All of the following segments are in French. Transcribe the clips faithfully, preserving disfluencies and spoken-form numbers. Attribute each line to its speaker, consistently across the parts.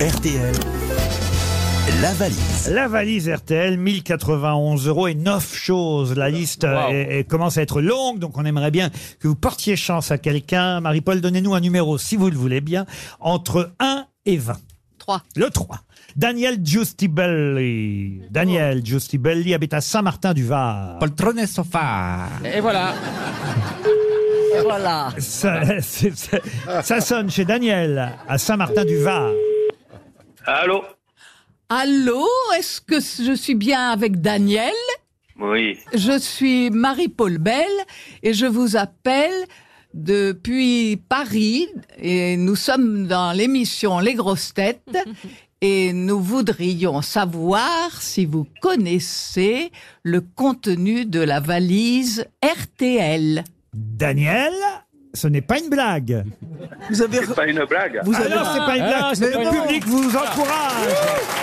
Speaker 1: R T L, la valise.
Speaker 2: La valise R T L, mille quatre-vingt-onze euros et neuf choses. La liste
Speaker 3: Wow.
Speaker 2: est- est- commence à être longue, donc on aimerait bien que vous portiez chance à quelqu'un. Marie-Paul, donnez-nous un numéro, si vous le voulez bien, entre un et vingt.
Speaker 4: trois.
Speaker 2: Le trois. Daniel Giustibelli. Daniel Giustibelli habite à Saint-Martin-du-Var.
Speaker 5: Poltrone sofa.
Speaker 3: Et voilà.
Speaker 4: Et voilà.
Speaker 2: Ça, c'est- c'est- ça sonne chez Daniel, à Saint-Martin-du-Var.
Speaker 6: Allô?
Speaker 4: Allô, est-ce que je suis bien avec Daniel?
Speaker 6: Oui.
Speaker 4: Je suis Marie-Paul Bell et je vous appelle depuis Paris et nous sommes dans l'émission Les Grosses Têtes et nous voudrions savoir si vous connaissez le contenu de la valise R T L.
Speaker 2: Daniel, ce n'est pas une blague.
Speaker 7: Vous avez...
Speaker 6: C'est pas une blague.
Speaker 7: Vous
Speaker 2: Ah
Speaker 7: avez...
Speaker 2: non, c'est pas une blague.
Speaker 3: Ah, c'est
Speaker 2: le
Speaker 3: pas une
Speaker 2: public vous encourage.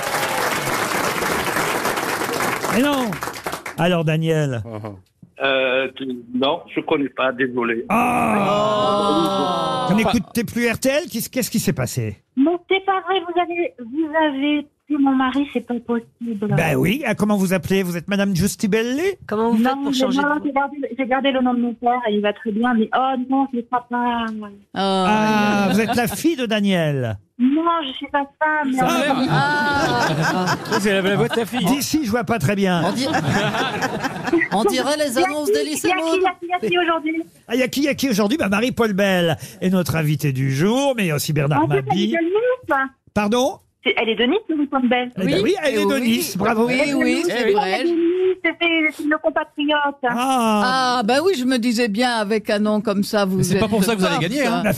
Speaker 2: Mais non. Alors, Daniel.
Speaker 6: Euh, tu- non, je connais pas, désolé.
Speaker 2: Ah Vous n'écoutez plus R T L? Qu'est-ce qu'est-ce qui s'est passé?
Speaker 8: Mais c'est pas vrai, vous avez, vous avez pris mon mari, c'est pas possible.
Speaker 2: Ben oui. Ah, comment vous appelez? Vous êtes Madame Giustibelli?
Speaker 4: Comment vous faites
Speaker 8: Non,
Speaker 4: pour
Speaker 8: mais
Speaker 4: changer
Speaker 8: non,
Speaker 4: de
Speaker 8: j'ai gardé, j'ai gardé le nom de mon père et il va très bien, mais oh non, je ne crois pas.
Speaker 2: Ah, vous êtes la fille de Daniel.
Speaker 8: Non, je suis pas femme. mais
Speaker 3: Ça
Speaker 8: enfin,
Speaker 3: enlève.
Speaker 4: Ah.
Speaker 3: C'est la, la voix de ta fille.
Speaker 2: D'ici, je vois pas très bien.
Speaker 9: On, dir- On dirait les
Speaker 8: il y a
Speaker 9: annonces
Speaker 8: qui,
Speaker 9: d'Elysée
Speaker 8: il y a qui,
Speaker 9: Moon.
Speaker 8: il y a qui, il y a qui aujourd'hui?
Speaker 2: Ah, il y a qui, il y a qui aujourd'hui? Bah, Marie-Paul Bell est notre invitée du jour, mais il y a aussi Bernard
Speaker 8: En fait, elle est
Speaker 2: Mabille.
Speaker 8: de Nice.
Speaker 2: Pardon?
Speaker 8: C'est- Elle est de Nice, Marie-Paul Bell.
Speaker 2: Eh ben oui, elle est de
Speaker 4: oui.
Speaker 2: Nice, bravo.
Speaker 4: Oui, oui,
Speaker 3: Eh
Speaker 4: c'est
Speaker 3: oui.
Speaker 4: vrai.
Speaker 8: Elle est de Nice, c'est c'est une compatriote.
Speaker 2: Ah,
Speaker 4: Ah, ben oui, je me disais bien, avec un nom comme ça, vous
Speaker 5: Mais c'est
Speaker 4: êtes
Speaker 5: pas pour ça que vous allez
Speaker 4: forte,
Speaker 5: gagner, hein.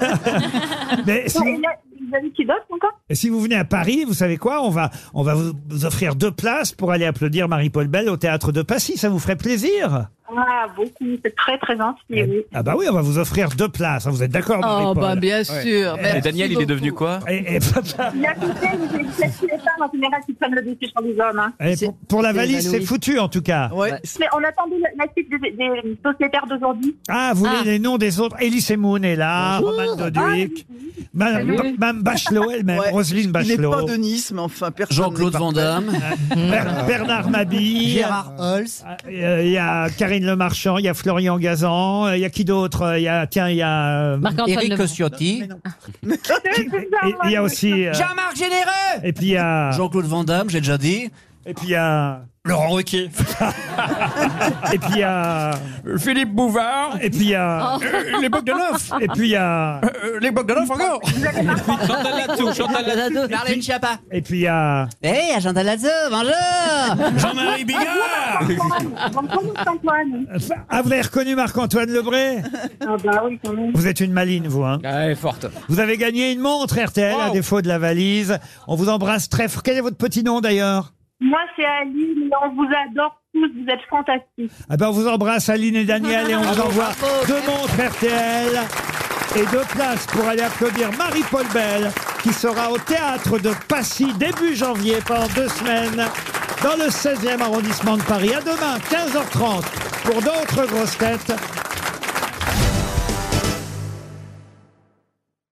Speaker 2: mais si
Speaker 8: Et
Speaker 2: vous,
Speaker 8: là, vous avez qui d'autre encore?
Speaker 2: et si vous venez à Paris, vous savez quoi? On va, on va vous, vous offrir deux places pour aller applaudir Marie-Paul Bell au théâtre de Passy. Ça vous ferait plaisir?
Speaker 8: Ah, beaucoup, c'est très très gentil, oui.
Speaker 2: Ah bah oui, on va vous offrir deux places. Vous êtes d'accord,
Speaker 4: Oh,
Speaker 2: Marie-Paul?
Speaker 4: bah bien sûr.
Speaker 3: Et
Speaker 4: Merci
Speaker 3: Daniel, il est devenu
Speaker 4: beaucoup.
Speaker 3: quoi?
Speaker 2: Et, et-
Speaker 8: Il y a qui c'est, c'est c'est les femmes en général qui prennent le dessus sur les hommes. Hein.
Speaker 2: et pour, pour la valise, c'est
Speaker 9: évanoui.
Speaker 2: foutu en tout cas.
Speaker 7: Ouais.
Speaker 8: Mais on attendait la la suite des, des sociétaires d'aujourd'hui.
Speaker 2: Ah, vous voulez
Speaker 4: Ah.
Speaker 2: les noms des autres? Elie Semoun est là, Roman Doduic, Mme
Speaker 4: Salut.
Speaker 2: Mme Bachelot elle-même,
Speaker 7: Ouais.
Speaker 2: Roselyne
Speaker 7: Il n'est
Speaker 2: Bachelot,
Speaker 7: pas de Nice, mais enfin, personne.
Speaker 5: Jean-Claude
Speaker 7: n'est
Speaker 5: Van Damme.
Speaker 2: Ber- Bernard Mabille,
Speaker 9: Gérard Holz.
Speaker 2: euh, il y a Karine Le Marchand, il y a Florian Gazan, euh, il y a qui d'autre? Il y a, tiens, il y a, euh,
Speaker 9: Éric Ciotti.
Speaker 2: qui- et il y a aussi, euh,
Speaker 9: Jean-Marc Généreux.
Speaker 2: et puis il y a,
Speaker 5: Jean-Claude Van Damme, j'ai déjà dit.
Speaker 2: et puis il y a,
Speaker 5: Laurent Ruquier.
Speaker 2: et puis il y a,
Speaker 3: Philippe Bouvard.
Speaker 2: et puis il y a,
Speaker 3: Euh, les Bogdanov.
Speaker 2: et puis il y a,
Speaker 3: Euh, les Bogdanov encore. Chantal Latsou, Chantal Latsou.
Speaker 9: Marlène Schiappa.
Speaker 2: et puis il y a,
Speaker 9: Eh, Chantal Latsou, bonjour.
Speaker 3: Jean-Marie Bigard.
Speaker 8: Bonjour Antoine.
Speaker 2: ah, vous avez reconnu Marc-Antoine Lebré?
Speaker 8: Ah bah oui, quand même.
Speaker 2: Vous êtes une maline, vous, hein?
Speaker 3: Ah, elle est forte.
Speaker 2: Vous avez gagné une montre R T L à
Speaker 3: Wow.
Speaker 2: défaut de la valise. On vous embrasse très fort. Quel est votre petit nom d'ailleurs?
Speaker 8: Moi c'est Aline, on vous adore tous, vous êtes fantastiques.
Speaker 2: Ah ben on vous embrasse Aline et Daniel et on vous envoie deux montres R T L et deux places pour aller applaudir Marie-Paul Bell qui sera au théâtre de Passy début janvier pendant deux semaines dans le seizième arrondissement de Paris. À demain, quinze heures trente pour d'autres grosses têtes.